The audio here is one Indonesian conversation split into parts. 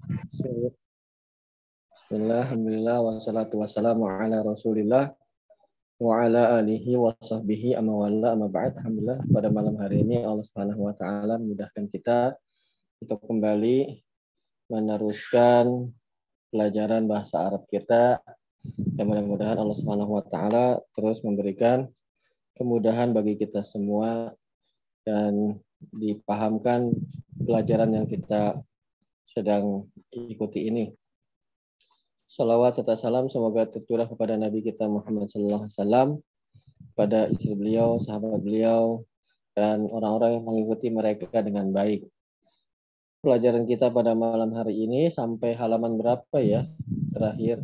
Bismillah, alhamdulillah, wassalatu wassalamu ala rasulillah wa ala alihi wa sahbihi amma wala amma ba'd. Alhamdulillah, pada malam hari ini Allah Subhanahu wa taala memudahkan kita untuk kembali meneruskan pelajaran bahasa Arab kita. Dan mudah-mudahan Allah Subhanahu wa taala terus memberikan kemudahan bagi kita semua dan dipahamkan pelajaran yang kita sedang ikuti ini. Salawat serta salam semoga tercurah kepada Nabi kita Muhammad sallallahu alaihi wasallam, pada istri beliau, sahabat beliau, dan orang-orang yang mengikuti mereka dengan baik. Pelajaran kita pada malam hari ini sampai halaman berapa ya? Terakhir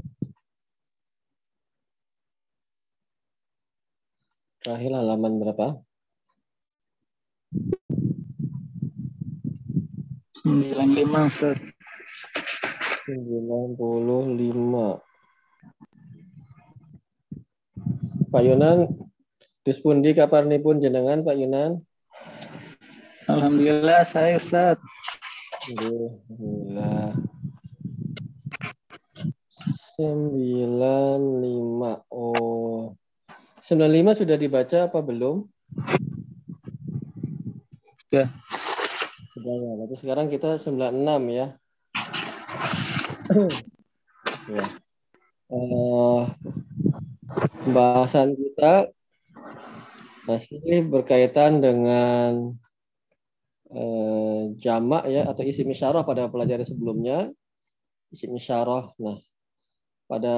halaman berapa? 95, Ustaz. 95. Pak Yunan, dispundi kaparnipun jenengan Pak Yunan? Alhamdulillah saya, Ustaz. Alhamdulillah. 95. Oh. 95 sudah dibaca apa belum? Sudah. Sudah ya. Berarti sekarang kita 96 ya. Ya. Pembahasan kita masih berkaitan dengan jamak ya, atau isim isyarah pada pelajaran sebelumnya. Isim isyarah. Nah, pada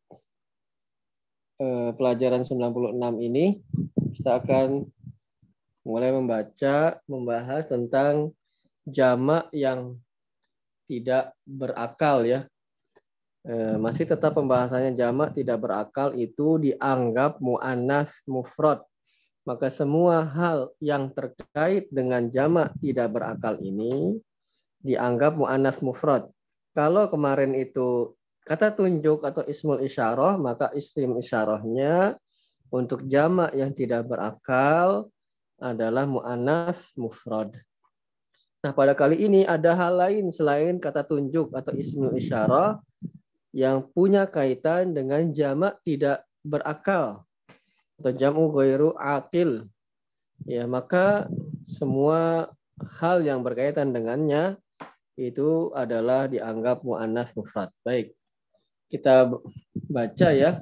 pelajaran 96 ini kita akan mulai membahas tentang jamak yang tidak berakal ya. Masih tetap pembahasannya jamak tidak berakal itu dianggap mu'annats mufrad. Maka semua hal yang terkait dengan jamak tidak berakal ini dianggap mu'annats mufrad. Kalau kemarin itu kata tunjuk atau ismul isyarah, maka isim isyarahnya untuk jamak yang tidak berakal adalah mu'annats mufrad. Nah, pada kali ini ada hal lain selain kata tunjuk atau ismul isyarah yang punya kaitan dengan jamak tidak berakal atau jam'u ghairu aqil. Ya, maka semua hal yang berkaitan dengannya itu adalah dianggap mu'annats mufrad. Baik. Kita baca ya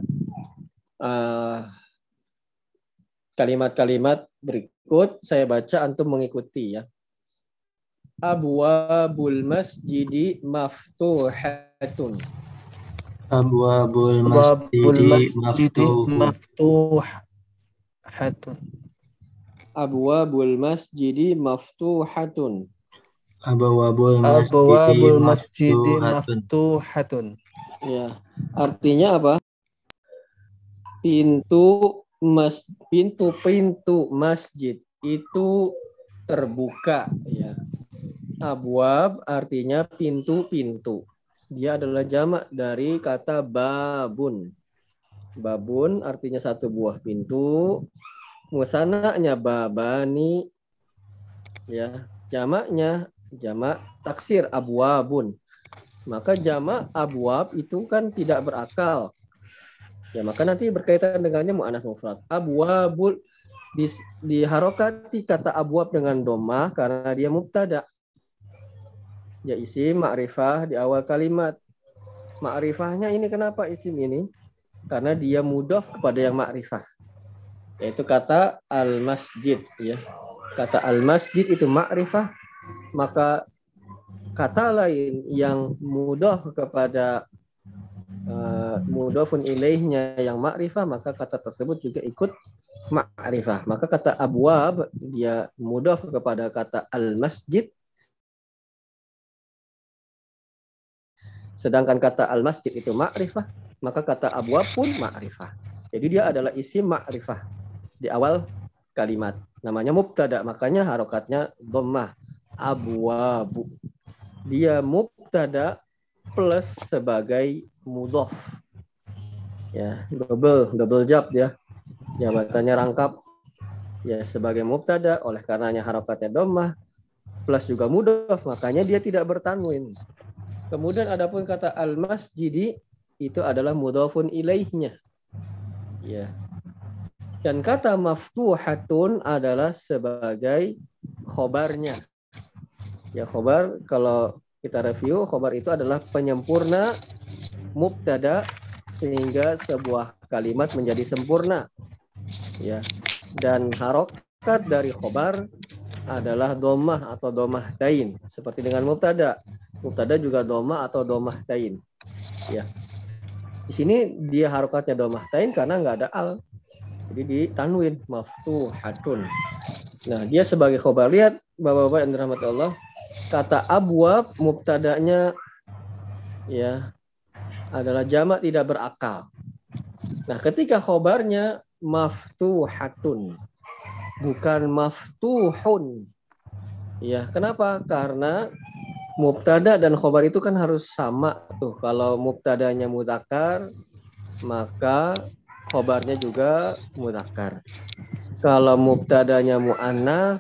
kalimat-kalimat berikut, saya baca, antum mengikuti ya. Abwabul masjidi maftuhatun. Abwabul Babul masjidi maftuhatun. Abwabul masjidi maftuhatun. Abwabul masjidi maftuhatun. Ya, artinya apa? Pintu masjid itu terbuka ya. Abwab artinya pintu-pintu. Dia adalah jamak dari kata babun. Babun artinya satu buah pintu. Musanaknya babani. Ya, jamaknya jamak taksir abwabun. Maka jamak abwab itu kan tidak berakal. Ya, maka nanti berkaitan dengannya mu'annats mufrad. Abwabul diharokati kata abwab dengan dhammah karena dia mubtada. Ya, isim ma'rifah di awal kalimat. Ma'rifahnya ini kenapa isim ini? Karena dia mudhaf kepada yang ma'rifah. Yaitu kata al-masjid ya. Kata al-masjid itu ma'rifah, maka kata lain yang mudhaf kepada mudhafun ilaihnya yang ma'rifah, maka kata tersebut juga ikut ma'rifah. Maka kata abwab dia mudhaf kepada kata al-masjid, sedangkan kata al-masjid itu ma'rifah, maka kata abwab pun ma'rifah. Jadi dia adalah isim ma'rifah di awal kalimat. Namanya mubtada, makanya harokatnya dhammah. Abwabu. Dia mubtada plus sebagai mudhaf. Ya, double job ya. Jabatannya rangkap. Ya, sebagai mubtada, oleh karenanya harokatnya dhammah plus juga mudhaf, makanya dia tidak bertanwin. Kemudian adapun kata al-masjidi itu adalah mudhafun ilaihnya. Ya. Dan kata maftuhatun adalah sebagai khobarnya. Ya, khobar kalau kita review, khobar itu adalah penyempurna mubtada sehingga sebuah kalimat menjadi sempurna. Ya. Dan harokat dari khobar adalah domah atau domah tain. Seperti dengan mubtada. Mubtada juga domah atau domah tain. Ya. Di sini dia harokatnya domah tain karena nggak ada al. Jadi ditanwin maftuhatun. Nah, dia sebagai khobar. Lihat Bapak-bapak yang dirahmati Allah, kata abwab mubtadanya ya adalah jamak tidak berakal. Nah, ketika khobarnya maftuhatun bukan maftuhun. Ya, kenapa? Karena mubtada dan khobar itu kan harus sama tuh. Kalau mubtadanya mudzakkar, maka khobarnya juga mudzakkar. Kalau mubtadanya muannats,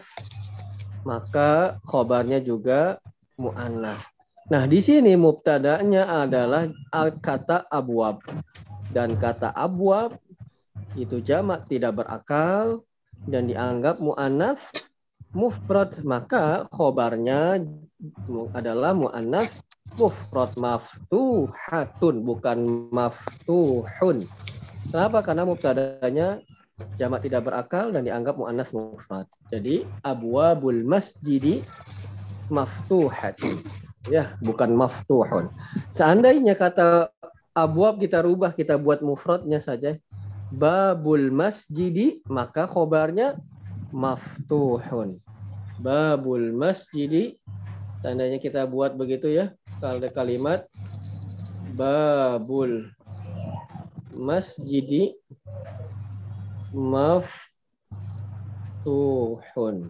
maka khobarnya juga muannats. Nah, di sini mubtadanya adalah kata abwab. Dan kata abwab itu jamak tidak berakal dan dianggap muannats mufrad, maka khobarnya adalah muannats mufrad maftuhatun bukan maftuhun. Kenapa? Karena mubtadanya jamak tidak berakal dan dianggap muannats mufrad. Jadi abwabul masjidi maftuhatun. Ya, bukan maftuhun. Seandainya kata abwab kita rubah, kita buat mufradnya saja. Babul masjidi, maka khobarnya maftuhun. Babul masjidi, seandainya kita buat begitu ya, kalau ada kalimat babul masjidi maftuhun.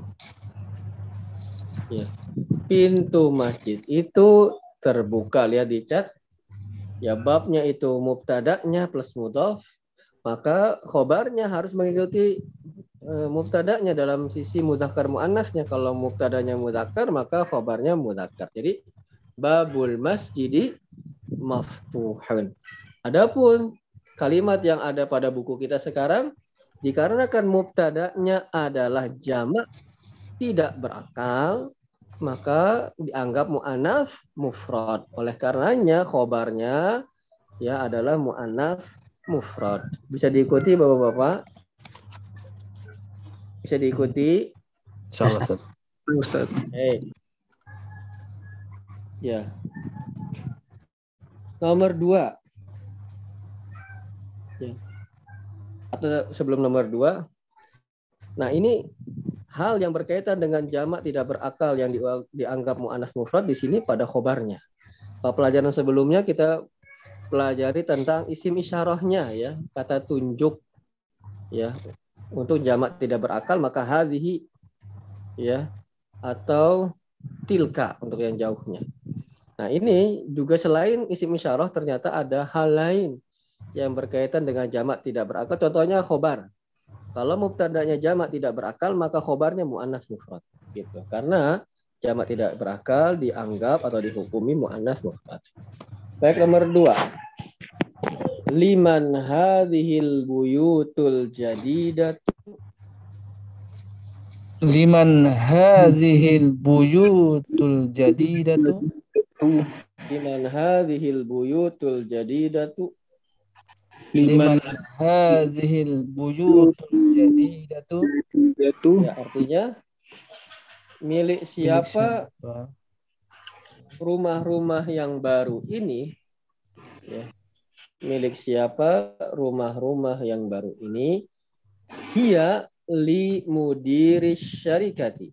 Ya. Pintu masjid itu terbuka. Lihat di chat. Ya, babnya itu mubtada'nya plus mudhaf, maka khobarnya harus mengikuti mubtada'nya dalam sisi mudzakkar muannasnya. Kalau mubtada'nya mudzakkar, maka khobarnya mudzakkar. Jadi babul masjidi maftuhun. Adapun kalimat yang ada pada buku kita sekarang, dikarenakan mubtada'nya adalah jamak tidak berakal, maka dianggap muannats mufrad. Oleh karenanya khobarnya ya adalah muannats mufrad. Bisa diikuti Bapak-bapak? Bisa diikuti? Insyaallah, Ustaz. Hey. Ya. Nomor 2. Ya. Atau sebelum nomor 2. Nah, ini hal yang berkaitan dengan jamak tidak berakal yang dianggap muannats mufrad di sini pada khobarnya. Kalau pelajaran sebelumnya kita pelajari tentang isim isyarahnya ya, kata tunjuk ya. Untuk jamak tidak berakal maka hadhihi ya atau tilka untuk yang jauhnya. Nah, ini juga selain isim isyarah ternyata ada hal lain yang berkaitan dengan jamak tidak berakal. Contohnya khobar. Kalau mubtada'nya jamak tidak berakal, maka khobarnya muannats mufrad. Gitu. Karena jamak tidak berakal dianggap atau dihukumi muannats mufrad. Baik, nomor 2. Liman hadhil buyutul jadidatu. Liman hadhil buyutul jadidatu. Liman hadhil buyutul jadidatu. Liman hazihil buyutul jadidatu. Ya, artinya milik siapa rumah-rumah yang baru ini ya. Milik siapa rumah-rumah yang baru ini? Hiya li mudiris syarikati.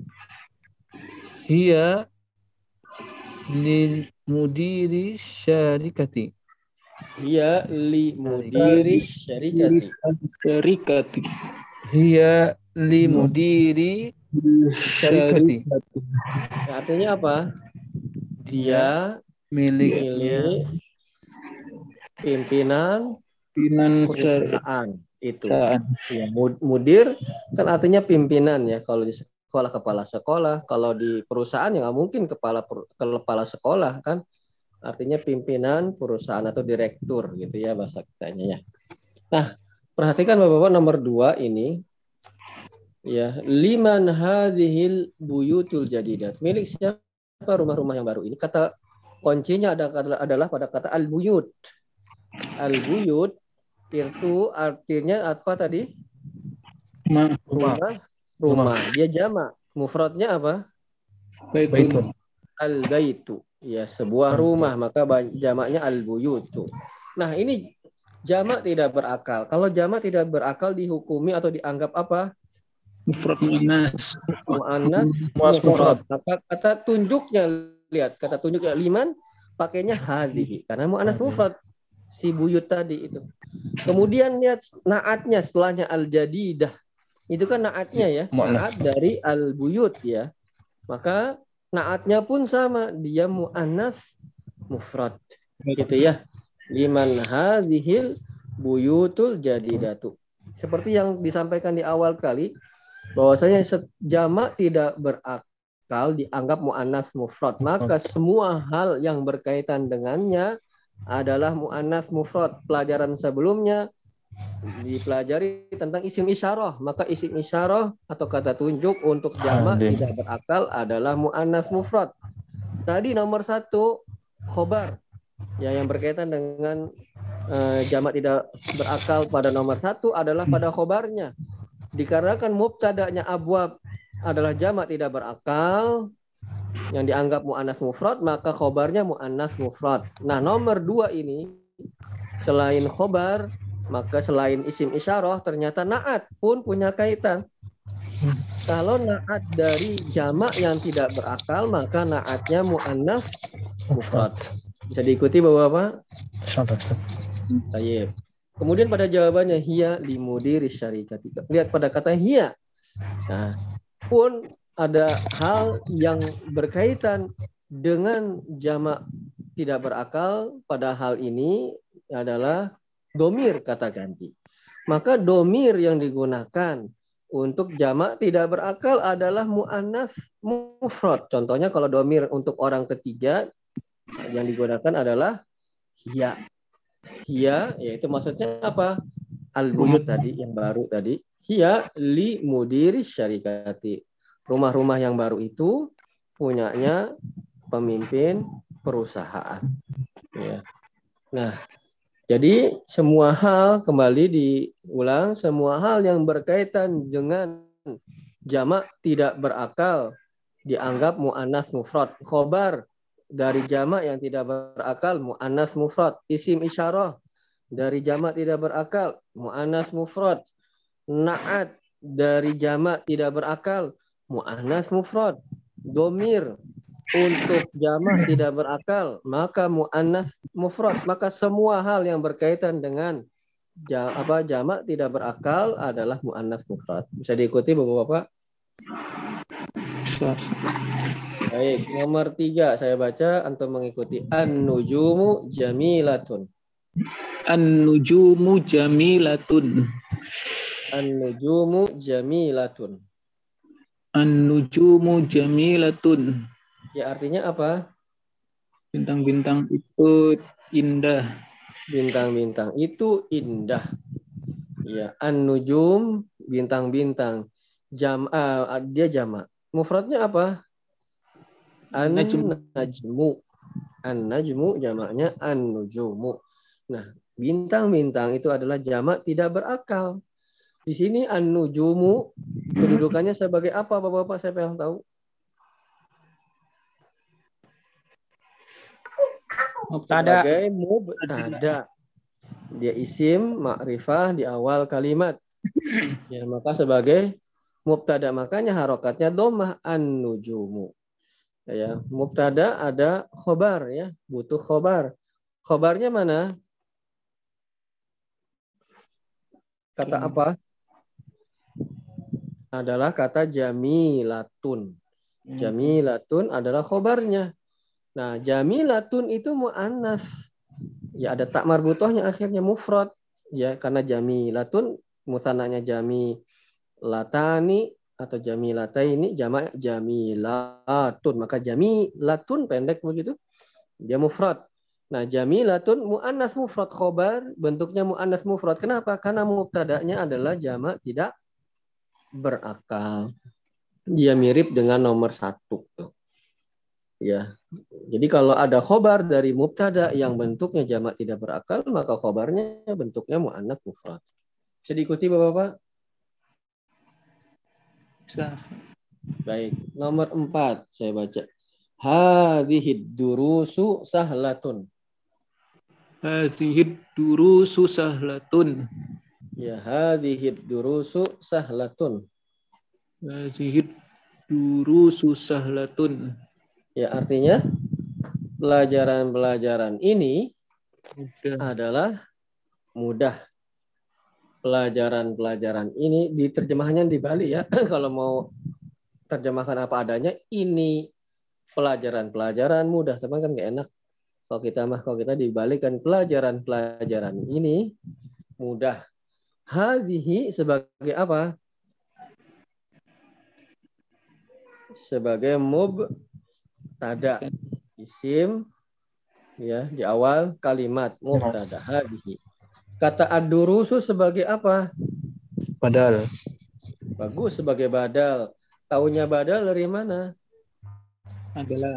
Hiya lil mudiri syarikati. Hiya li mudiris syarikati. Hiya li mudiri syarikati. Ya, artinya apa? Dia milik pimpinan perusahaan itu. Ya, mudir kan artinya pimpinan ya. Kalau di sekolah kepala sekolah, kalau di perusahaan ya nggak mungkin kepala sekolah kan. artinya pimpinan perusahaan atau direktur gitu ya bahasa kitanya ya. Nah, perhatikan Bapak-bapak nomor 2 ini ya, liman hadhil buyutul jadidat. Milik siapa rumah-rumah yang baru ini? Kata kuncinya adalah pada kata al-buyut. Al-buyut itu artinya apa tadi? Rumah. Dia jamak. Mufradnya apa? Baitun. Al-baitu. Ya, sebuah rumah, maka jamaknya al-buyutu. Nah, ini jamak tidak berakal. Kalau jamak tidak berakal dihukumi atau dianggap apa? Mufrad muannas. Mu'annas mufrad. Maka kata tunjuknya, lihat kata tunjuknya liman pakainya hadhihi karena mu'annas mufrad si buyut tadi itu. Kemudian lihat naatnya setelahnya al-jadidah. Itu kan naatnya ya, naat dari al-buyut ya. Maka naatnya pun sama, dia mu'annas mufrad. Gitu ya. Liman hadhil buyutul jadidatu. Seperti yang disampaikan di awal kali, bahwasanya jamak tidak berakal dianggap mu'annas mufrad, maka semua hal yang berkaitan dengannya adalah mu'annas mufrad. Pelajaran sebelumnya dipelajari tentang isim isyarah, maka isim isyarah atau kata tunjuk untuk jamak tidak berakal adalah mu'annas mufrad. Tadi nomor 1 khobar ya, yang berkaitan dengan jamak tidak berakal pada nomor 1 adalah pada khobarnya. Dikarenakan mubtada'nya abwab adalah jamak tidak berakal yang dianggap mu'annas mufrad, maka khobarnya mu'annas mufrad. Nah, nomor 2 ini selain khobar, maka selain isim isyarah ternyata naat pun punya kaitan. Kalau naat dari jamak yang tidak berakal, maka naatnya mu'annas mufrad. Bisa diikuti Bapak-bapak? Baik. Kemudian pada jawabannya hiya limudiri syarikati. Lihat pada kata hiya. Nah, pun ada hal yang berkaitan dengan jamak tidak berakal. Pada hal ini adalah domir kata ganti. Maka domir yang digunakan untuk jamak tidak berakal adalah mu'annas mufrad. Contohnya kalau domir untuk orang ketiga yang digunakan adalah hiya. Hiya, yaitu maksudnya apa? Al-buyut tadi, yang baru tadi. Hiya li mudiri syarikati. Rumah-rumah yang baru itu punyanya pemimpin perusahaan. Ya. Nah, jadi semua hal, kembali diulang, semua hal yang berkaitan dengan jamak tidak berakal dianggap mu'annas mufrad. Khobar dari jamak yang tidak berakal mu'annas mufrad. Isim isyarah dari jamak tidak berakal mu'annas mufrad. Naat dari jamak tidak berakal mu'annas mufrad. Domir untuk jamak tidak berakal maka mu'annas mufrad. Maka semua hal yang berkaitan dengan jamak tidak berakal adalah mu'annas mufrad. Bisa diikuti Bapak-bapak? Baik, nomor 3 saya baca antum mengikuti. An-nujumu jamilatun. An-nujumu jamilatun. An-nujumu jamilatun. An-nujumu jamilatun. Ya, artinya apa? Bintang-bintang itu indah. Bintang-bintang itu indah. Ya, an-nujum bintang-bintang. Dia jamak. Mufradnya apa? An-najmu. An-najmu jamaknya an-nujumu. Nah, bintang-bintang itu adalah jamak tidak berakal. Di sini an-nujumu kedudukannya sebagai apa Bapak-bapak, siapa yang tahu? Mubtada. Sebagai mubtada. Dia isim ma'rifah di awal kalimat. Ya, maka sebagai mubtada, makanya harokatnya dhammah an-nujumu. Ya, mubtada ada khobar ya, butuh khobar. Khobarnya mana? Kata apa? Adalah kata jamilatun. Jamilatun adalah khobarnya. Nah, jamilatun itu mu'annas. Ya, ada tak marbutohnya akhirnya mufrad. Ya, karena jamilatun musananya jamilatani atau jamilataini jamak jamilatun. Maka jamilatun pendek begitu. Dia mufrad. Nah, jamilatun mu'annas mufrad khobar, bentuknya mu'annas mufrad. Kenapa? Karena mubtada'nya adalah jamak tidak berakal. Dia mirip dengan nomor 1 tuh. Ya. Jadi kalau ada khobar dari mubtada yang bentuknya jamak tidak berakal, maka khobarnya bentuknya mu'annas mufrad. Bisa diikuti Bapak-Bapak? Bisa. Baik, nomor 4 saya baca. Hadhid durusu sahlatun. Hadhid durusu sahlatun. Ya, hadhid durusu sahlatun. Hadhid durusu sahlatun. Ya, artinya pelajaran-pelajaran ini adalah mudah. Pelajaran-pelajaran ini diterjemahnya di Bali ya. Kalau mau terjemahkan apa adanya, ini pelajaran-pelajaran mudah. Teman kan nggak enak. Kalau kita dibalikan pelajaran-pelajaran ini mudah. Hadhihi sebagai apa? Sebagai mubtada, isim ya di awal kalimat mubtada hadhihi. Kata ad-durusu sebagai apa? Badal. Bagus, sebagai badal. Taunya badal dari mana? Adalah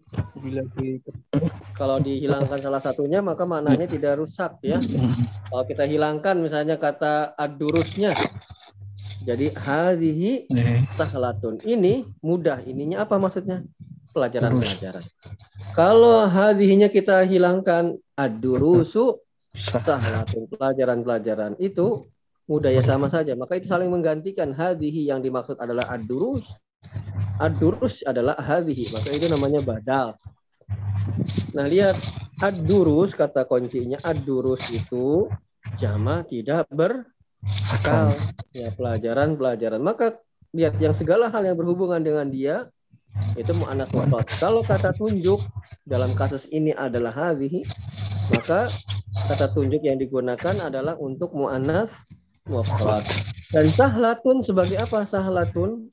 kalau dihilangkan salah satunya maka maknanya tidak rusak ya. Kalau kita hilangkan misalnya kata ad-durusnya, jadi hadhihi sahlatun, ini mudah. Ininya apa maksudnya? Pelajaran-pelajaran. Kalau hadhihinya kita hilangkan, ad-durusu sahlatun, pelajaran-pelajaran itu mudah ya, sama saja. Maka itu saling menggantikan. Hadhihi yang dimaksud adalah ad-durus, ad-durus adalah hadhihi, maka itu namanya badal. Nah, lihat ad-durus, kata kuncinya ad-durus itu jamak tidak berakal. Ya, pelajaran-pelajaran. Maka lihat yang segala hal yang berhubungan dengan dia itu mu'annas mufrad. Kalau kata tunjuk dalam kasus ini adalah hadhihi, maka kata tunjuk yang digunakan adalah untuk mu'annas mufrad. Dan sahlatun sebagai apa? Sahlatun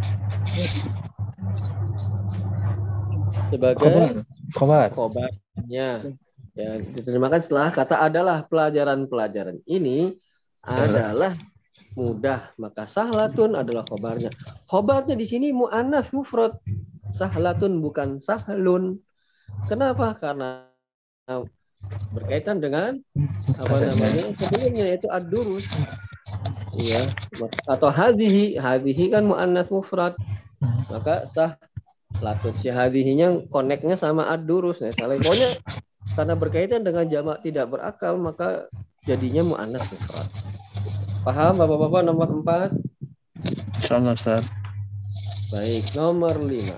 sebagai khobarnya. Ya, diterjemahkan setelah kata adalah pelajaran-pelajaran ini adalah mudah, maka sahlatun adalah khobarnya. Khobarnya di sini mu'annas mufrad. Sahlatun bukan sahlun. Kenapa? Karena berkaitan dengan apa namanya sebelumnya, yaitu ad-durus. Ya, atau hadhihi. Hadhihi kan mu'annas mufrad. Maka sahlatun, si hadhihinya koneknya sama ad-durus. Nah, salah. Pokoknya karena berkaitan dengan jamak tidak berakal, maka jadinya mu'annas mufrad. Paham Bapak-bapak? Nomor 4. Insyaallah, Ustaz. Baik, nomor 5.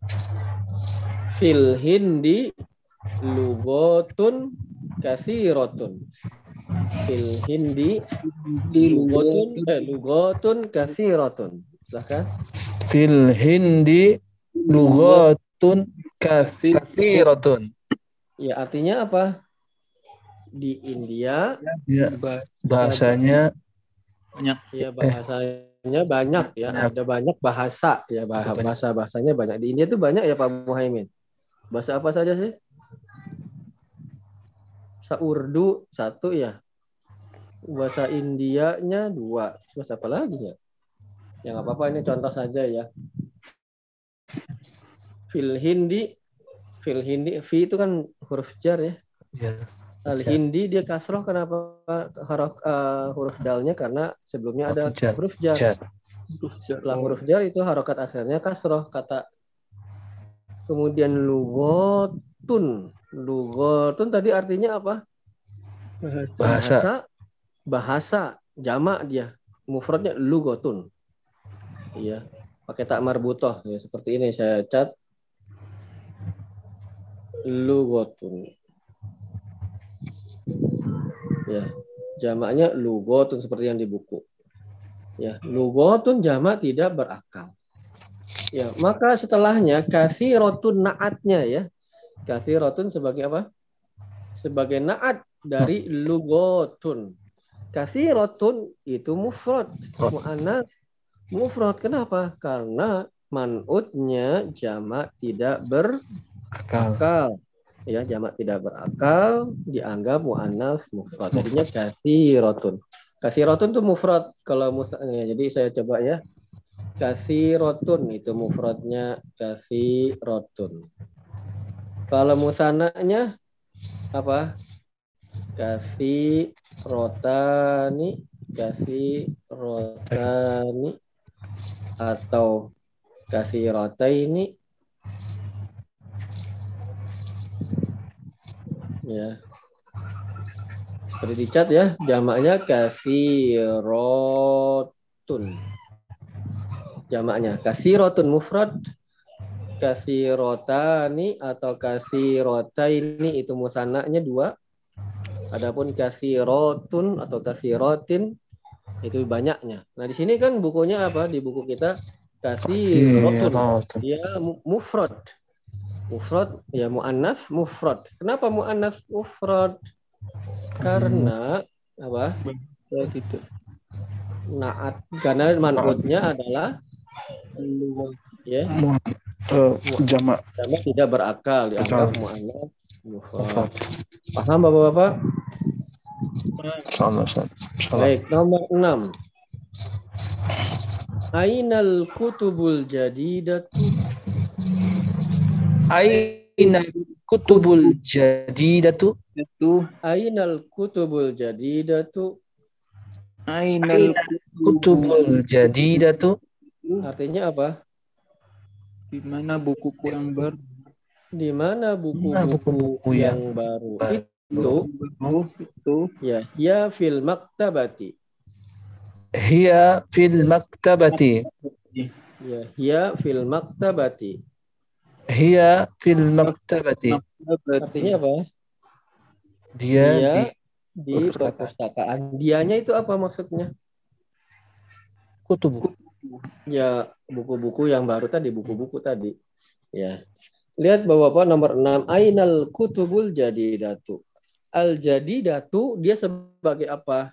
Fil hindi lugotun katsiratun. Fil hindi lugotun katsiratun. Silakan. Fil hindi lughatun katsiratun. Ya, artinya apa? Di India Ya, bahasanya banyak. ya, bahasanya banyak ya. Ada banyak bahasa ya, bahasanya banyak. Di India itu banyak ya Pak Muhaimin. Bahasa apa saja sih? Bahasa Urdu 1 ya. Bahasa Indianya 2. Bahasa apa lagi ya? Ya nggak apa-apa, ini contoh saja ya. Fil hindi, fi itu kan huruf jar ya. ya. Al hindi dia kasroh, kenapa huruf dalnya? Karena sebelumnya ada huruf jar. Setelah huruf jar itu harokat akhirnya kasroh. Kata kemudian lugotun tadi artinya apa? Bahasa jamak dia, mufradnya lugotun. Iya, pakai tak marbutoh ya, seperti ini saya cat lugotun. Ya, jamaknya lugotun seperti yang di buku. Ya, lugotun jamak tidak berakal. Ya, maka setelahnya katsirotun naatnya ya. Katsirotun sebagai apa? Sebagai naat dari lugotun. Katsirotun itu mufrad, mu'annas mufrad. Kenapa? Karena man'utnya jamak tidak berakal. ya, jamak tidak berakal dianggap muannats mufrad. Jadinya katsirotun. Katsirotun itu mufrad kalau misalnya. Jadi saya coba ya. Katsirotun itu mufradnya katsirotun. Kalau musananya apa? Katsirotani, katsirotani atau katsirotaini. Ya. Seperti di chat ya, jamaknya katsirotun. Jamaknya katsirotun mufrad, katsirotani atau katsirotaini itu musannanya 2. Adapun katsirotun atau katsirotin itu banyaknya. Nah, di sini kan bukunya apa? Di buku kita katsirotun. Dia mufrad. Mufrad ya, muannats mufrad. Kenapa muannats mufrad? Karena apa? Tidak. Naat, karena man'utnya adalah ya, jamak tidak berakal dianggap muannats mufrad. Paham Bapak-bapak? Salah. Baik, nomor 6. Ainal kutubul jadidatu. Ainal kutubul jadidatu. Ainal kutubul jadidatu. Ainal Kutubul jadidatu. Artinya apa? Di mana bukuku yang baru? Di mana buku-buku yang baru? Itu ya, fil maktabati. Hiya fil maktabati. Ya, hiya fil maktabati. Hiya fil maktabati. Artinya apa? Dia di perpustakaan. Dianya itu apa maksudnya? kutubu. Ya, buku-buku yang baru tadi, buku-buku tadi. Ya. Lihat Bapak-bapak nomor 6, ainal kutubul jadidatu. Al jadidatu dia sebagai apa?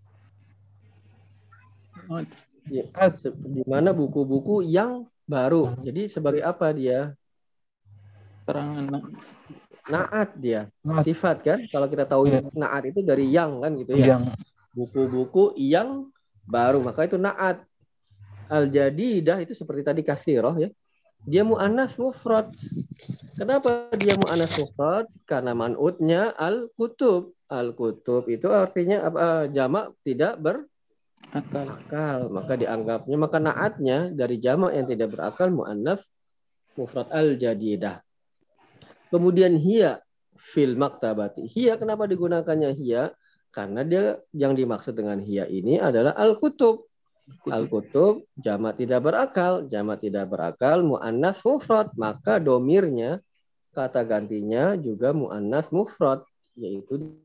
Ya, di mana buku-buku yang baru. Jadi sebagai apa dia? Terangan. Naat dia. Sifat kan? Kalau kita tahu naat itu dari yang kan gitu ya. Buku-buku yang baru, maka itu naat. Al jadidah itu seperti tadi katsiroh ya. Dia muannats mufrad. Kenapa dia muannats mufrad? Karena man'utnya al-kutub. Al-kutub itu artinya apa? Jamak tidak berakal. Maka dianggapnya, maka naatnya dari jamak yang tidak berakal muannats mufrad al-jadidah. Kemudian hiya fil maktabati. Hiya kenapa digunakannya hiya? Karena dia yang dimaksud dengan hiya ini adalah al-kutub. Al-kutub jamak tidak berakal muannats mufrad, maka domirnya kata gantinya juga muannats mufrad, yaitu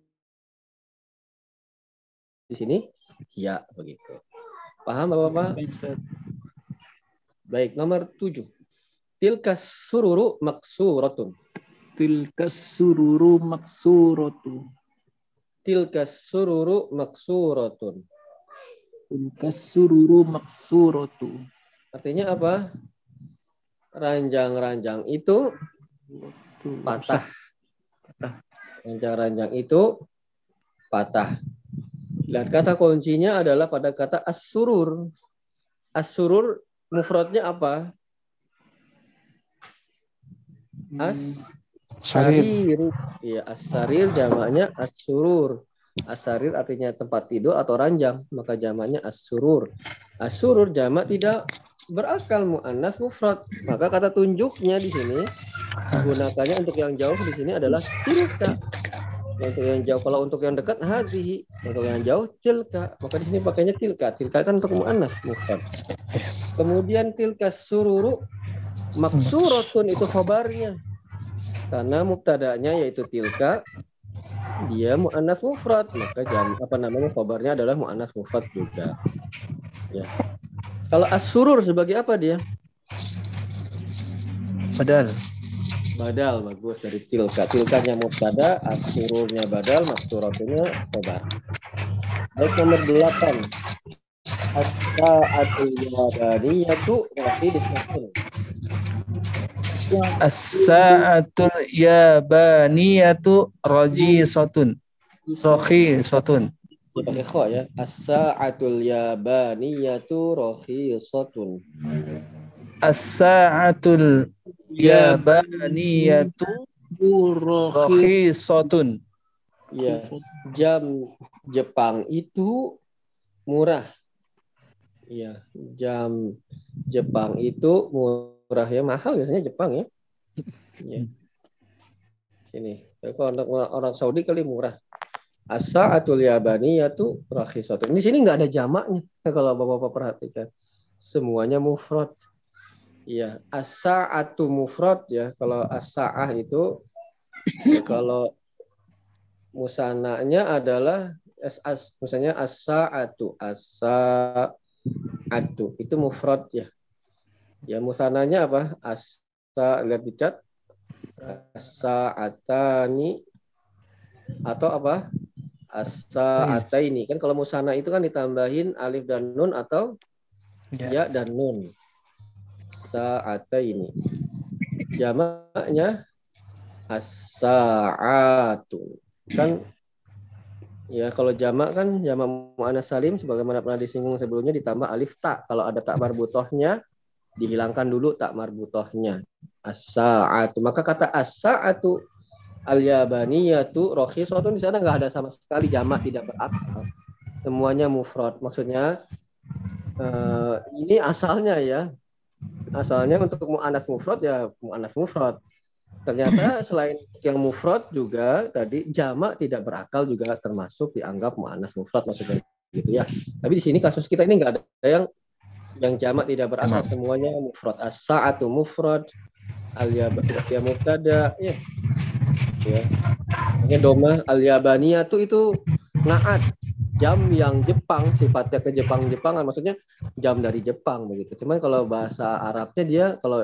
di sini ya begitu. Paham Bapak-bapak? Baik, nomor 7. Tilkas sururu maksuratun. Tilkas sururu maksuratu. Tilkas sururu maksuratun. Tilkas sururu maksuratu. Artinya apa? Ranjang-ranjang itu patah. Ranjang-ranjang itu patah. Lihat kata kuncinya adalah pada kata as-surur. As-surur mufradnya apa? As-sarir. Iya, as-sarir jamaknya as-surur. As-sarir artinya tempat tidur atau ranjang, maka jamaknya as-surur. As-surur jamak tidak berakal muannats mufrad. Maka kata tunjuknya di sini digunakannya untuk yang jauh di sini adalah tilka. Untuk yang jauh, kalau untuk yang dekat hadhihi, untuk yang jauh tilka. Maka di sini pakainya tilka. Tilka kan untuk muannats mufrad. Kemudian tilka sururu maksuratun itu khabarnya. Karena mubtada'nya yaitu tilka, dia muannats mufrad, maka khabarnya adalah muannats mufrad juga. Ya. Kalau as-surur sebagai apa dia? Badal, bagus, dari tilka. Tilkanya mubtada, as-sururnya badal, maksuratunya khabar. Baik, nomor 8. As-sa'atul yadaniyatu rafidatun. As-sa'atul yabaniyatu rajisatun. Rakhisatun. Ya, pakai kho ya. As-sa'atul yabaniyatu rakhisatun. As-sa'atul yabaniyatu rakhisatun. Ya, jam Jepang itu murah. Ya, jam Jepang itu murah ya, mahal biasanya Jepang ya. Ya. Sini. Kalau orang Saudi kali murah. As-sa'atul yabaniyatu rakhisatun. Di sini nggak ada jamaknya. Kalau Bapak-bapak perhatikan. Semuanya mufrad. Ya, as-sa'atu mufrad ya. Kalau as-sa'ah itu ya, kalau musananya adalah misalnya as-sa'atu itu mufrad ya. Ya musananya apa? Lihat di chat. As-sa'atani atau apa? As-sa'ataini. Kan kalau musana itu kan ditambahin alif dan nun atau ya dan nun. Sa'ataini. Jamaknya as-sa'atu. Kan ya kalau jamak kan jamak muannats salim sebagaimana pernah disinggung sebelumnya ditambah alif ta. Kalau ada tak marbutohnya dihilangkan dulu tak marbutohnya. As-sa'atu. Maka kata as-sa'atu al-yabaniyatu rakhisatun di sana nggak ada sama sekali jamak, tidak berakal. Semuanya mufrad. Maksudnya ini asalnya ya. Asalnya untuk muannats mufrad ya muannats mufrad. Ternyata selain yang mufrad juga tadi jamak tidak berakal juga termasuk dianggap muannats mufrad maksudnya gitu ya. Tapi di sini kasus kita ini nggak ada yang jamak tidak berakal, semuanya mufrad. As-sa'atu mufrad, al-yabaniyatu mubtada ya. Ya. Ini domah al-yabaniyatu itu naat, jam yang Jepang, sifatnya ke Jepang-Jepangan, maksudnya jam dari Jepang begitu. Cuman kalau bahasa Arabnya dia kalau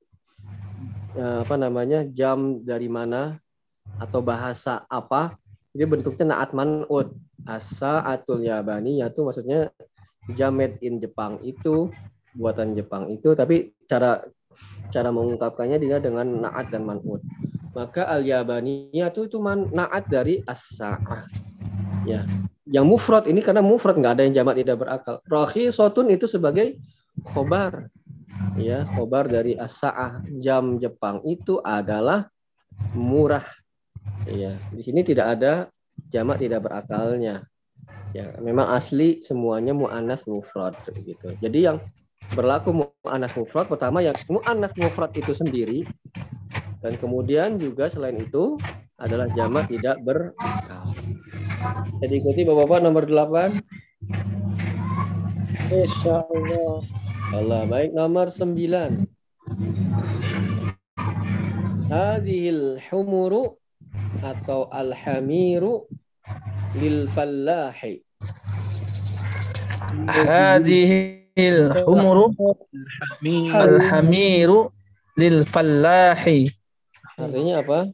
jam dari mana atau bahasa apa, dia bentuknya naat man'ud. As-sa'atul yabaniyatu maksudnya jam made in Jepang itu, buatan Jepang itu, tapi cara mengungkapkannya dia dengan naat dan man'ud. Maka al-yabaniyatu itu naat dari as-sa'ah. Ya. Yang mufrad ini karena mufrad nggak ada yang jamak tidak berakal. Rakhisatun itu sebagai khobar. Ya, khobar dari as-sa'ah, jam Jepang itu adalah murah. Ya, di sini tidak ada jamak tidak berakalnya. Ya, memang asli semuanya muannats mufrad gitu. Jadi yang berlaku muannats mufrad pertama yang muannats mufrad itu sendiri, dan kemudian juga selain itu adalah jamak tidak berakal. Jadi ikuti Bapak-bapak nomor 8. Insyaallah. Allah baik nomor 9. Hadhil humuru atau al-hamiru lil fallahi. Hadhil humuru al-hamiru lil fallahi. Artinya apa?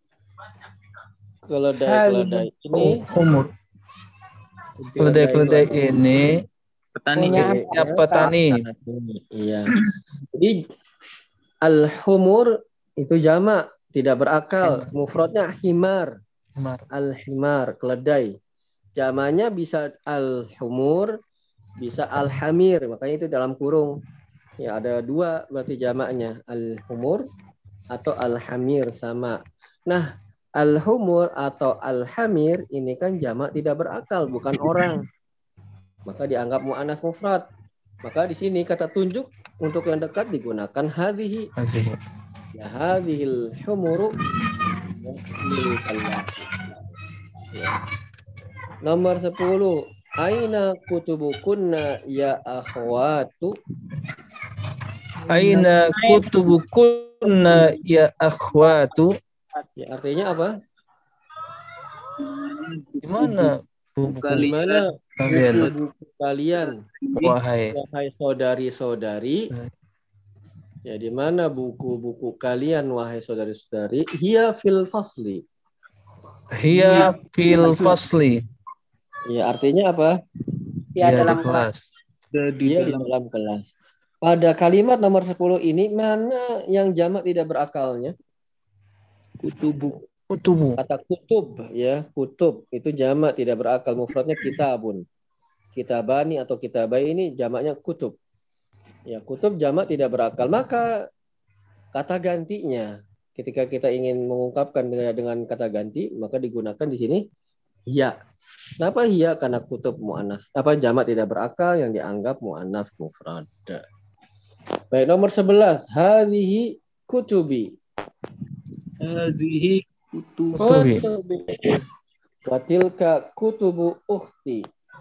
Keledai ini humur. Keledai ini petani. Petani. Iya. Jadi al-humur itu jamak, tidak berakal. Mufradnya himar. Al-himar, keledai. Jamaknya bisa al-humur, bisa al-hamir. Makanya itu dalam kurung. Ya, ada dua berarti jamaknya. Al-humur atau al-hamir sama. Nah, al-humur atau al-hamir ini kan jamak tidak berakal, bukan orang. Maka dianggap muannats mufrad. Maka di sini kata tunjuk untuk yang dekat digunakan hadhihi. Ya, hadhil humuru. Ya. Nomor 10. Aina kutubukunna ya akhwatu. Aina kutubukunna ya akhwatu. Ya, artinya apa? Di mana buku kalian? Buku kalian, wahai saudari-saudari. Ya, di mana buku-buku kalian wahai saudari-saudari? Hiya fil fasli. Hiya fil fasli. Ya, artinya apa? Dia dalam kelas. Dia di dalam kelas. pada kalimat nomor 10 ini mana yang jamak tidak berakalnya? Kutubu. Kutubu. Kata kutub ya, kutub itu jamak tidak berakal, mufradnya kitabun. Kitabani atau kitabai ini jamaknya kutub. Ya, kutub jamak tidak berakal. Maka kata gantinya ketika kita ingin mengungkapkan dengan kata ganti, maka digunakan di sini ya. Kenapa ya? Karena kutub mu'annas. Apa jamak tidak berakal yang dianggap mu'annas mufrad. Baik, nomor 11. Hadhihi kutubi. Hazihi kutubu. Kutubi. Watilka kutubu ukhti.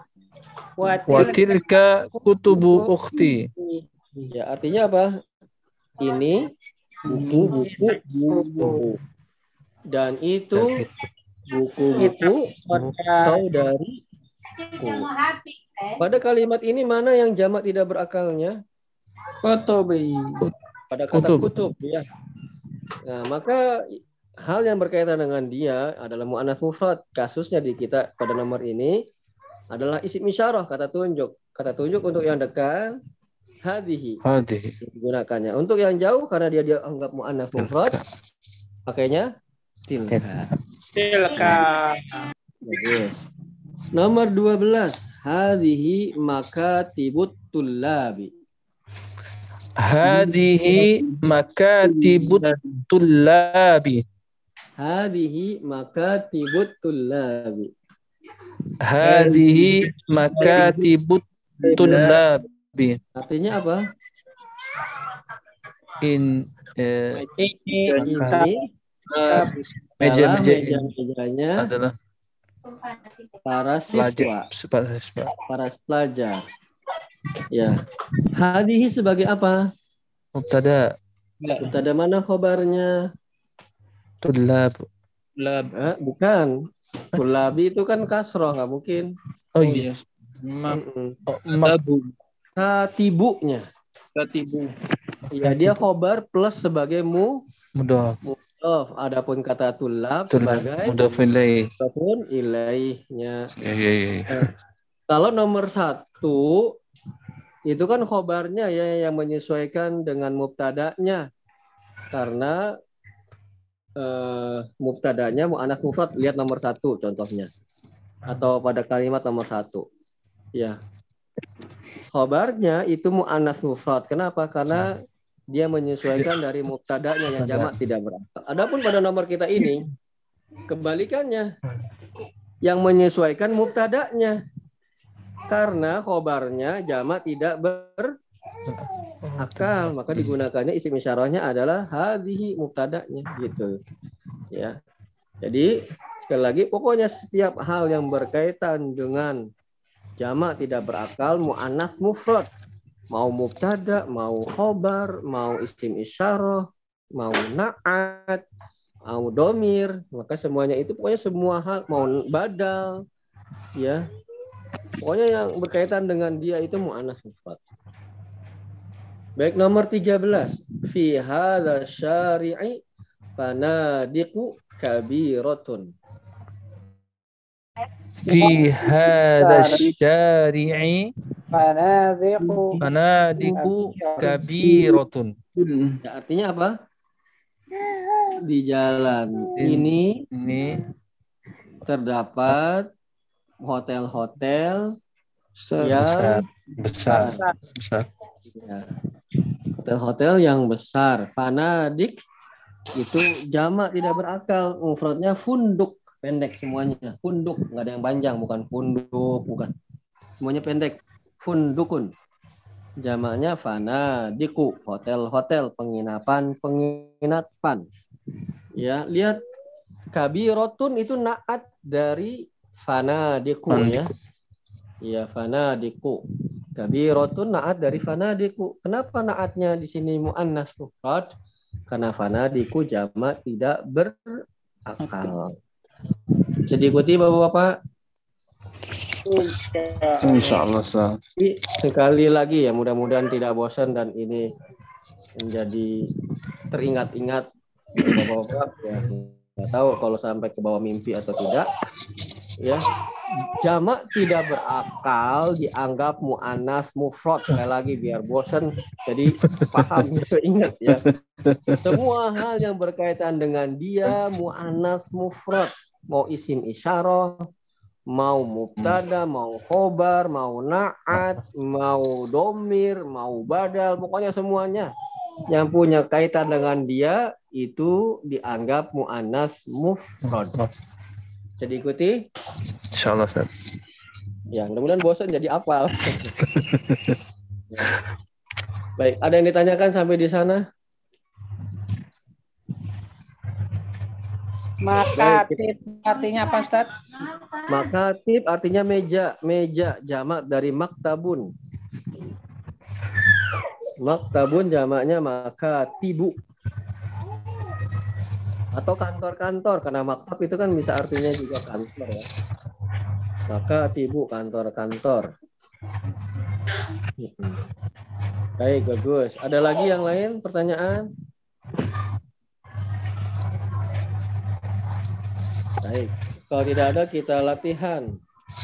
Watilka kutubu ukhti. Ya, artinya apa? Ini buku-buku. Dan itu buku-buku saudariku. Pada kalimat ini mana yang jamak tidak berakalnya? Kutubi. Pada kata Kutub. kutub ya. Nah, maka hal yang berkaitan dengan dia adalah mu'anats mufrad. Kasusnya di kita pada nomor ini adalah isim isyarah, kata tunjuk. Kata tunjuk untuk yang dekat hadhihi Hadhihi. digunakannya. Untuk yang jauh karena dia dianggap mu'anats mufrad, pakainya tilka. Bagus. Nomor 12, hadhihi makatibut tullabi. Hadhihi makatibut tullabi. Hadhihi makatibut tullabi. Hadhihi makatibut tullabi. Artinya apa? In Ini meja-mejanya adalah para siswa, pelajar. para pelajar. Ya. Hadhihi sebagai apa? Mubtada. Mubtada mana khobarnya? Tullab. Bukan. Tulabi itu kan kasroh, nggak mungkin. Oh iya. Tabu. Katibunya. Katibu. Ya, dia khobar plus sebagai Mudhaf. Adapun kata tulab sebagai mudhaf ilaih. mudhafun ilaihnya. Ya. Kalau nomor 1 itu kan khobarnya ya yang menyesuaikan dengan mubtadanya. Karena mubtadanya mu'anats mufrad, lihat nomor 1 contohnya. Atau pada kalimat nomor 1. Ya. Khobarnya itu mu'anats mufrad. Kenapa? Karena dia menyesuaikan dari mubtadanya yang jamak tidak berakal. Adapun pada nomor kita ini kebalikannya. Yang menyesuaikan mubtadanya. Karena khobarnya jamak tidak berakal, maka digunakannya isim isyarahnya adalah hadhihi mubtadanya gitu. Ya. Jadi sekali lagi pokoknya setiap hal yang berkaitan dengan jamak tidak berakal mu'anats mufrad, mau mubtada, mau khobar, mau isim isyarah, mau na'at, mau domir, maka semuanya itu pokoknya semua hal, mau badal, ya. Pokoknya yang berkaitan dengan dia itu mu'anats mufrad. Baik, nomor 13. Fi hadza syari'i fanadiqu kabiratun. Fi hadza syari'i fanadiqu kabiratun. Ya, artinya apa? Di jalan ini terdapat hotel-hotel yang besar. Ya. Hotel-hotel yang besar. Fanadik itu jamak tidak berakal. Mufradnya funduk, pendek semuanya. Funduk, nggak ada yang panjang, bukan funduk, bukan. Semuanya pendek. Fundukun. Jamaknya fanadiku, hotel-hotel, penginapan. Ya, lihat kabirotun itu naat dari fanadiku ya. Ya, fanadiku. Kabirotun naat dari fanadiku. Kenapa naatnya di sini mu'annas mufrad? Karena fanadiku jamak tidak berakal. Bisa diikuti Bapak-bapak? Insyaallah. Sekali lagi ya, mudah-mudahan tidak bosan dan ini menjadi teringat-ingat Bapak-bapak ya. Nggak tahu kalau sampai ke bawah mimpi atau tidak. Ya, jamak tidak berakal dianggap mu'annas mufrad. Sekali lagi biar bosan, jadi paham gitu, ingat ya. Semua hal yang berkaitan dengan dia mu'annas mufrad. Mau isim isyarah, mau mubtada, mau khobar, mau na'at, mau domir, mau badal, pokoknya semuanya yang punya kaitan dengan dia itu dianggap mu'annas mufrad. Jadi ikuti. Insyaallah Ustaz. Ya, mudah-mudahan bosan jadi hafal. Baik, ada yang ditanyakan sampai di sana? Makatib artinya apa, Ustaz? Makatib artinya meja, meja jamak dari maktabun. Maktabun jamaknya makatibu. Atau kantor-kantor, karena maktab itu kan bisa artinya juga kantor ya. Makatibu, kantor-kantor. Baik, bagus. Ada lagi yang lain pertanyaan? Baik. Kalau tidak ada kita latihan.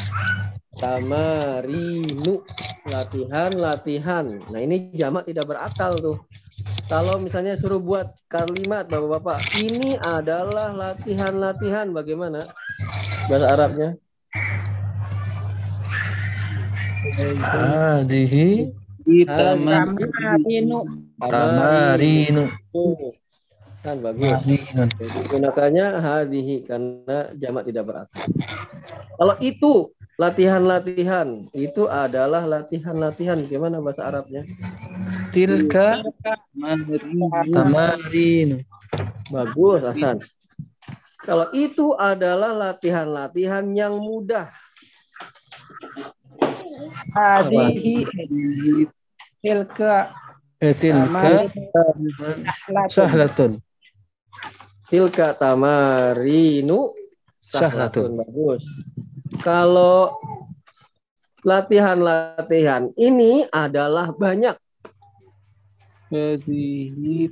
Tamarinu. Latihan. Nah ini jamak tidak berakal tuh. Kalau misalnya suruh buat kalimat Bapak-bapak, ini adalah latihan-latihan, bagaimana bahasa Arabnya? Hadhihi Tamarinu. tamarinu. Kan bagus. Gunakannya hadhihi karena jamak tidak berakal. Kalau itu latihan-latihan, itu adalah latihan-latihan. Gimana bahasa Arabnya? Tilka tamarinu. Bagus, Hasan. Kalau itu adalah latihan-latihan yang mudah. Hadihi tilka Tilka sahlatun. Tilka tamarinu sahlatun. Bagus. Kalau latihan-latihan ini adalah banyak. Hadhihi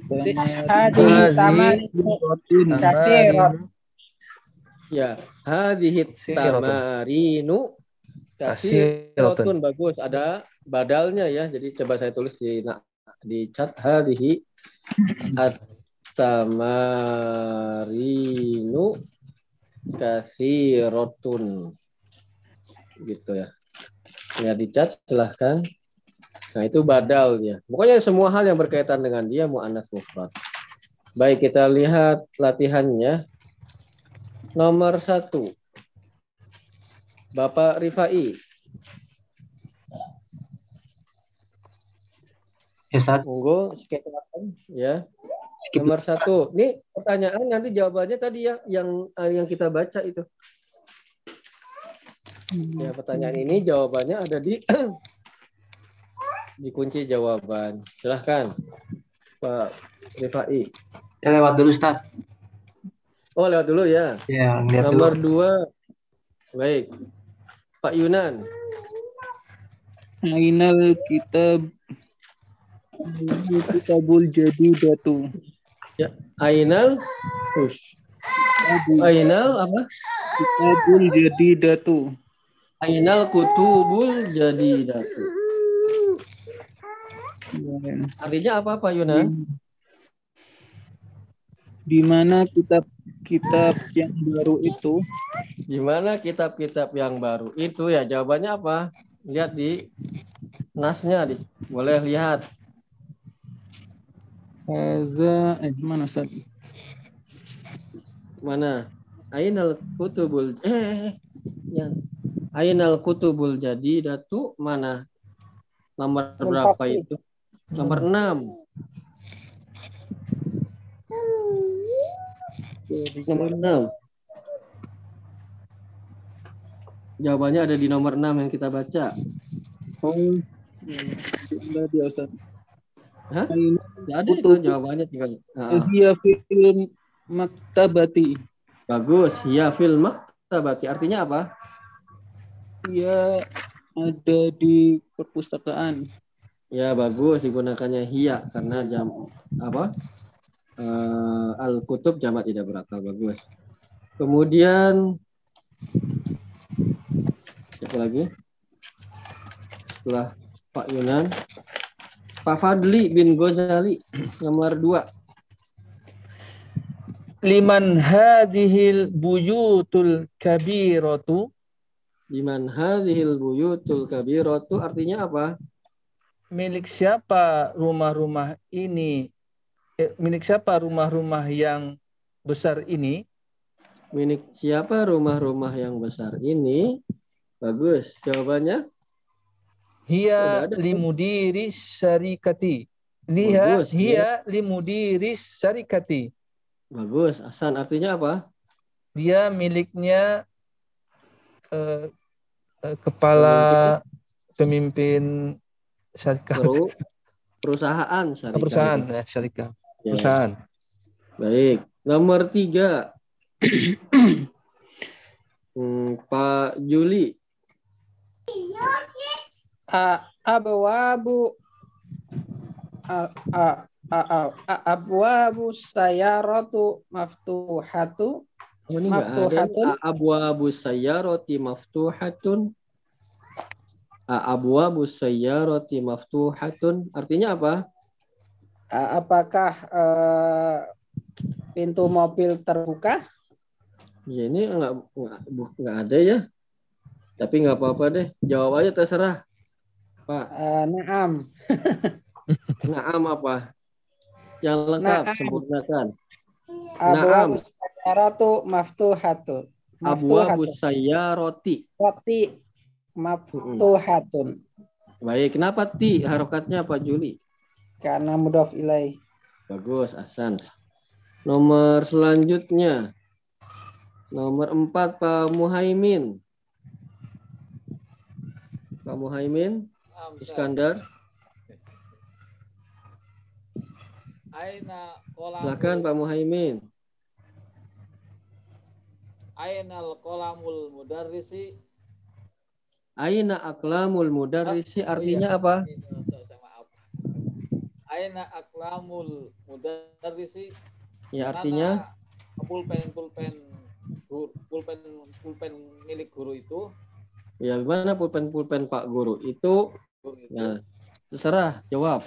tamarinu. Ya, hadhihi tamarinu kasiratun. Bagus, ada badalnya ya. Jadi coba saya tulis di chat hadhihi at-tamarinu kasiratun. Gitu ya. Ya di chat silahkan. Nah, itu badalnya. Pokoknya semua hal yang berkaitan dengan dia mu'annas mufrad. Baik, kita lihat latihannya. Nomor 1. Bapak Rifai. Monggo sekitarkan ya. Nomor 1. Ini pertanyaan nanti jawabannya tadi ya yang kita baca itu. Ya, pertanyaan ini jawabannya ada di kunci jawaban. Silahkan Pak Rifai. Saya lewat dulu, Ustaz. Oh, lewat dulu ya. Ya, lihat Nomor dulu. 2. Baik. Pak Yunan. Ainal kitabul jadidatu. Ya, Ainal apa? Kitabul jadidatu. Ainal kutubul jadidatu. Artinya apa Pak Yunan? Di mana kitab-kitab yang baru itu? Di mana kitab-kitab yang baru itu ya? Jawabannya apa? Lihat di nasnya, boleh lihat. Mana Ustaz? Mana? Ainal kutubul yang Ainal kutubul jadidatu mana? Nomor berapa itu? Nomor 6. Nomor 6. Jawabannya ada di nomor 6 yang kita baca. Oh, dia Ustaz. Hah? Ya ada itu jawabannya tinggal. Hiya fil maktabati. Bagus. Hiya fil maktabati. Artinya apa? Dia ada di perpustakaan. Ya bagus, digunakannya hiya karena al-kutub jamak tidak berakal. Bagus. Kemudian Siapa lagi? Setelah Pak Yunan. Pak Fadli bin Ghazali nomor 2. Liman hadhil buyutul kabiratu. Liman hadhil buyutul kabiratu artinya apa? Milik siapa rumah-rumah ini? Milik siapa rumah-rumah yang besar ini? Milik siapa rumah-rumah yang besar ini? Bagus. Jawabannya? Udah Hiya ada. limudiri syarikati. Bagus. Ya. Hiya limudiri syarikati. Bagus. Ahsan artinya apa? Dia miliknya kepala pemimpin syarikat. Perusahaan syarikat. Perusahaan ya, syarikat. Ya. Perusahaan. Baik. Nomor 3. Pak Juli. Abwabu sayaratu maftuhatu. Oh, ini nggak ada. Abwabu sayyarati maftuhatun. Abwabu sayyarati maftuhatun. Artinya apa? Apakah pintu mobil terbuka? Ya ini nggak ada ya. Tapi nggak apa-apa deh. Jawab aja terserah, Pak. Naam. Naam apa? Yang lengkap, Naam. sempurnakan. Abwabu sayyaratu maftuhatun. Abwabu sayyarati. Roti maftuhatun. Baik, kenapa ti harokatnya Pak Juli? Karena mudhof ilaih. Bagus, Ahsan. Nomor selanjutnya. Nomor 4 Pak Muhaimin. Pak Muhaimin Iskandar. Silakan Pak Muhaimin. Ainal qalamul mudarrisi. Aina aqlamul mudarrisi artinya apa? Maaf. Aina aqlamul mudarrisi. Ya artinya pulpen milik guru itu. Ya gimana pulpen Pak Guru itu? Ya, terserah jawab.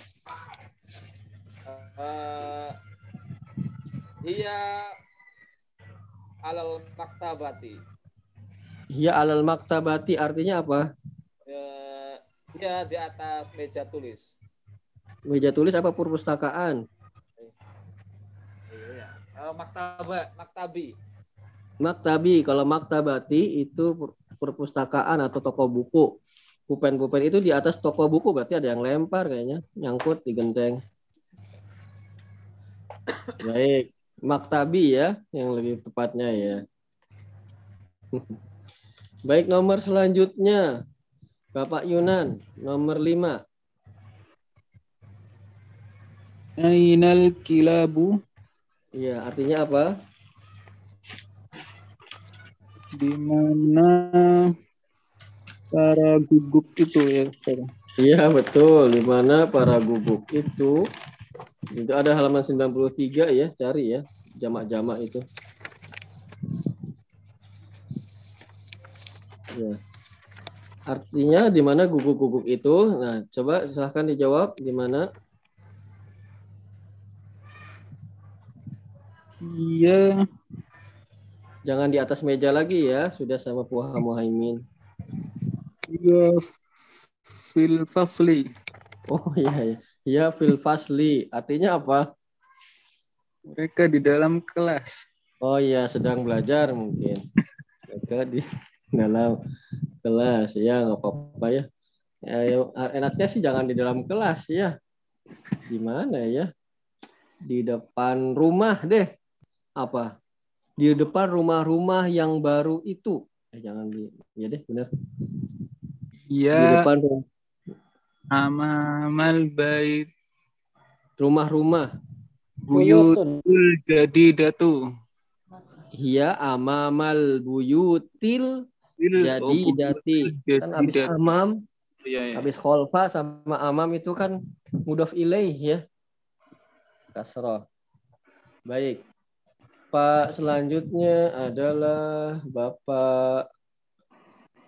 Iya alal maktabati. Iya alal maktabati artinya apa? Dia di atas meja tulis. Meja tulis apa perpustakaan? Maktabi. Maktabi. Kalau maktabati itu perpustakaan atau toko buku. Pulpen itu di atas toko buku berarti ada yang lempar kayaknya, nyangkut di genteng. Baik, maktabi ya yang lebih tepatnya ya. Baik, nomor selanjutnya Bapak Yunan, nomor 5. Ainal kilabu. Iya, artinya apa? Di mana para guguk itu ya, Ustaz? Iya, betul. Di mana para guguk itu ada halaman 93 ya, cari ya, jamak-jamak itu. Ya. Artinya di mana guguk-guguk itu? Nah, coba silahkan dijawab di mana? Iya. Jangan di atas meja lagi ya, sudah sama Puha Muhaimin. Iya, fil fasli. Oh iya ya. Iya fil fasli. Artinya apa? Mereka di dalam kelas. Oh iya, sedang belajar mungkin. Mereka di dalam kelas ya, nggak apa-apa ya. Enaknya sih jangan di dalam kelas ya. Di mana ya? Di depan rumah deh. Apa? Di depan rumah-rumah yang baru itu. Jangan di, ya deh, benar. Iya. Di depan Amamal bait. Rumah-rumah. Buyutul jadidatu. Iya, amamal buyutil jadi dati. Kan habis amam, ya. habis kholfa sama amam itu kan mudhof ilaih ya. Kasroh. Baik. Pak selanjutnya adalah Bapak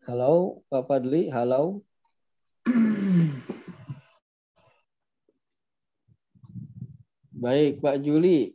Halo, Pak Fadli. Halo. Baik, Pak Juli.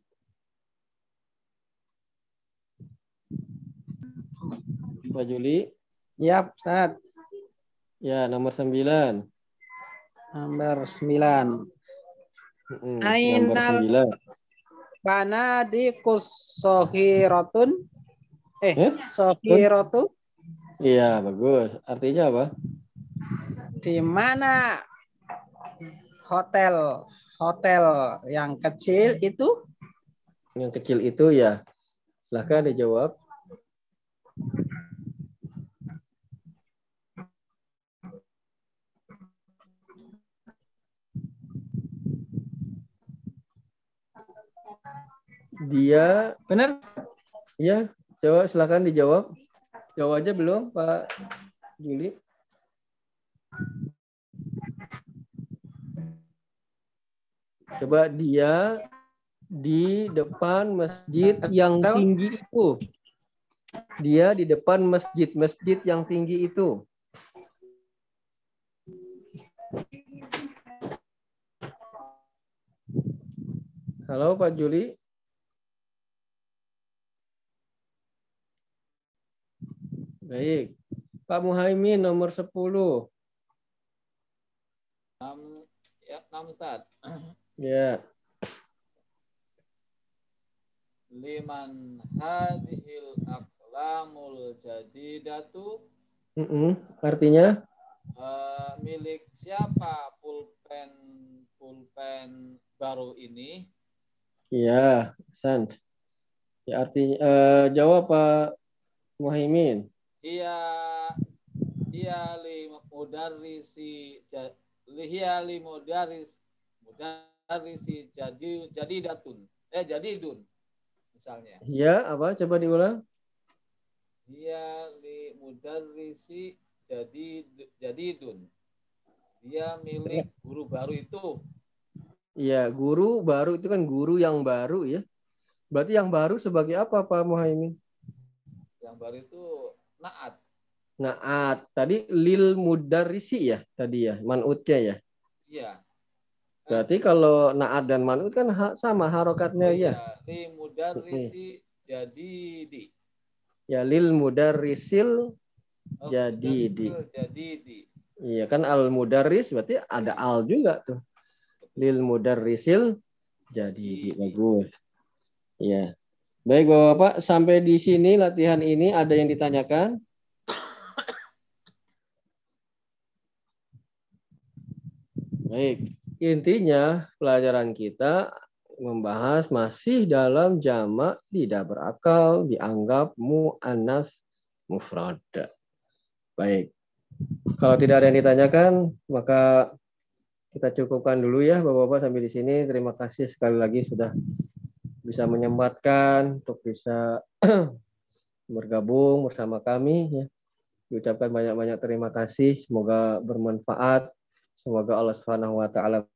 Pak Juli. Ya, Ustaz. Ya, nomor 9. Nomor 9. Nomor Ainal 9. banadikus sohirotun. Sohirotu? Sohirotu. Iya, bagus. Artinya apa? Di mana hotel yang kecil itu? Yang kecil itu ya. Silahkan dijawab. Dia Benar? ya, coba silakan dijawab. Jawab aja belum, Pak Juli? Coba dia di depan masjid yang tinggi itu. Dia di depan masjid yang tinggi itu. Halo, Pak Juli. Baik. Pak Muhaimin nomor 10. 6 Ustaz. Ya. Liman hadhil aqlamul jadidatu. Artinya? Milik siapa pulpen baru ini? Iya, sant. Ya artinya jawab Pak Muhaimin. Iya li mudarrisi jadidun misalnya. Iya, apa? Coba diulang. Iya li mudarrisi jadidun. Dia milik guru baru itu. Iya, guru baru itu kan guru yang baru ya. Berarti yang baru sebagai apa Pak Muhaimin? Yang baru itu naat. Naat. Tadi lil mudarrisi ya tadi ya, man'utnya ya. Iya. Berarti kalau naat dan man'ut kan sama harokatnya ya. Li mudarrisi jadidi. Ya lil mudarrisil jadidi. Iya kan al mudarris berarti ada al juga tuh. Lil mudarrisil jadidi. Bagus. Iya. Baik Bapak-bapak, sampai di sini latihan ini ada yang ditanyakan? Baik, intinya pelajaran kita membahas masih dalam jamak tidak berakal dianggap mu'annats mufrad. Baik, kalau tidak ada yang ditanyakan maka kita cukupkan dulu ya Bapak-bapak sampai di sini. Terima kasih sekali lagi sudah bisa menyempatkan untuk bisa bergabung bersama kami ya. Diucapkan banyak-banyak terima kasih, semoga bermanfaat. Semoga Allah Subhanahu wa taala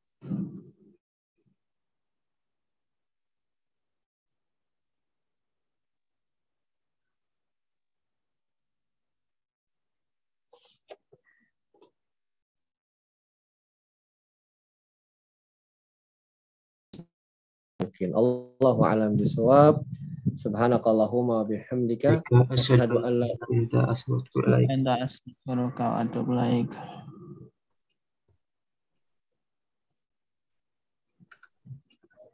mungkin. Allahu a'lam bishawab. Subhanakallahumma bihamdika asyhadu an la ilaha illa anta astaghfiruka wa atubu ilaik.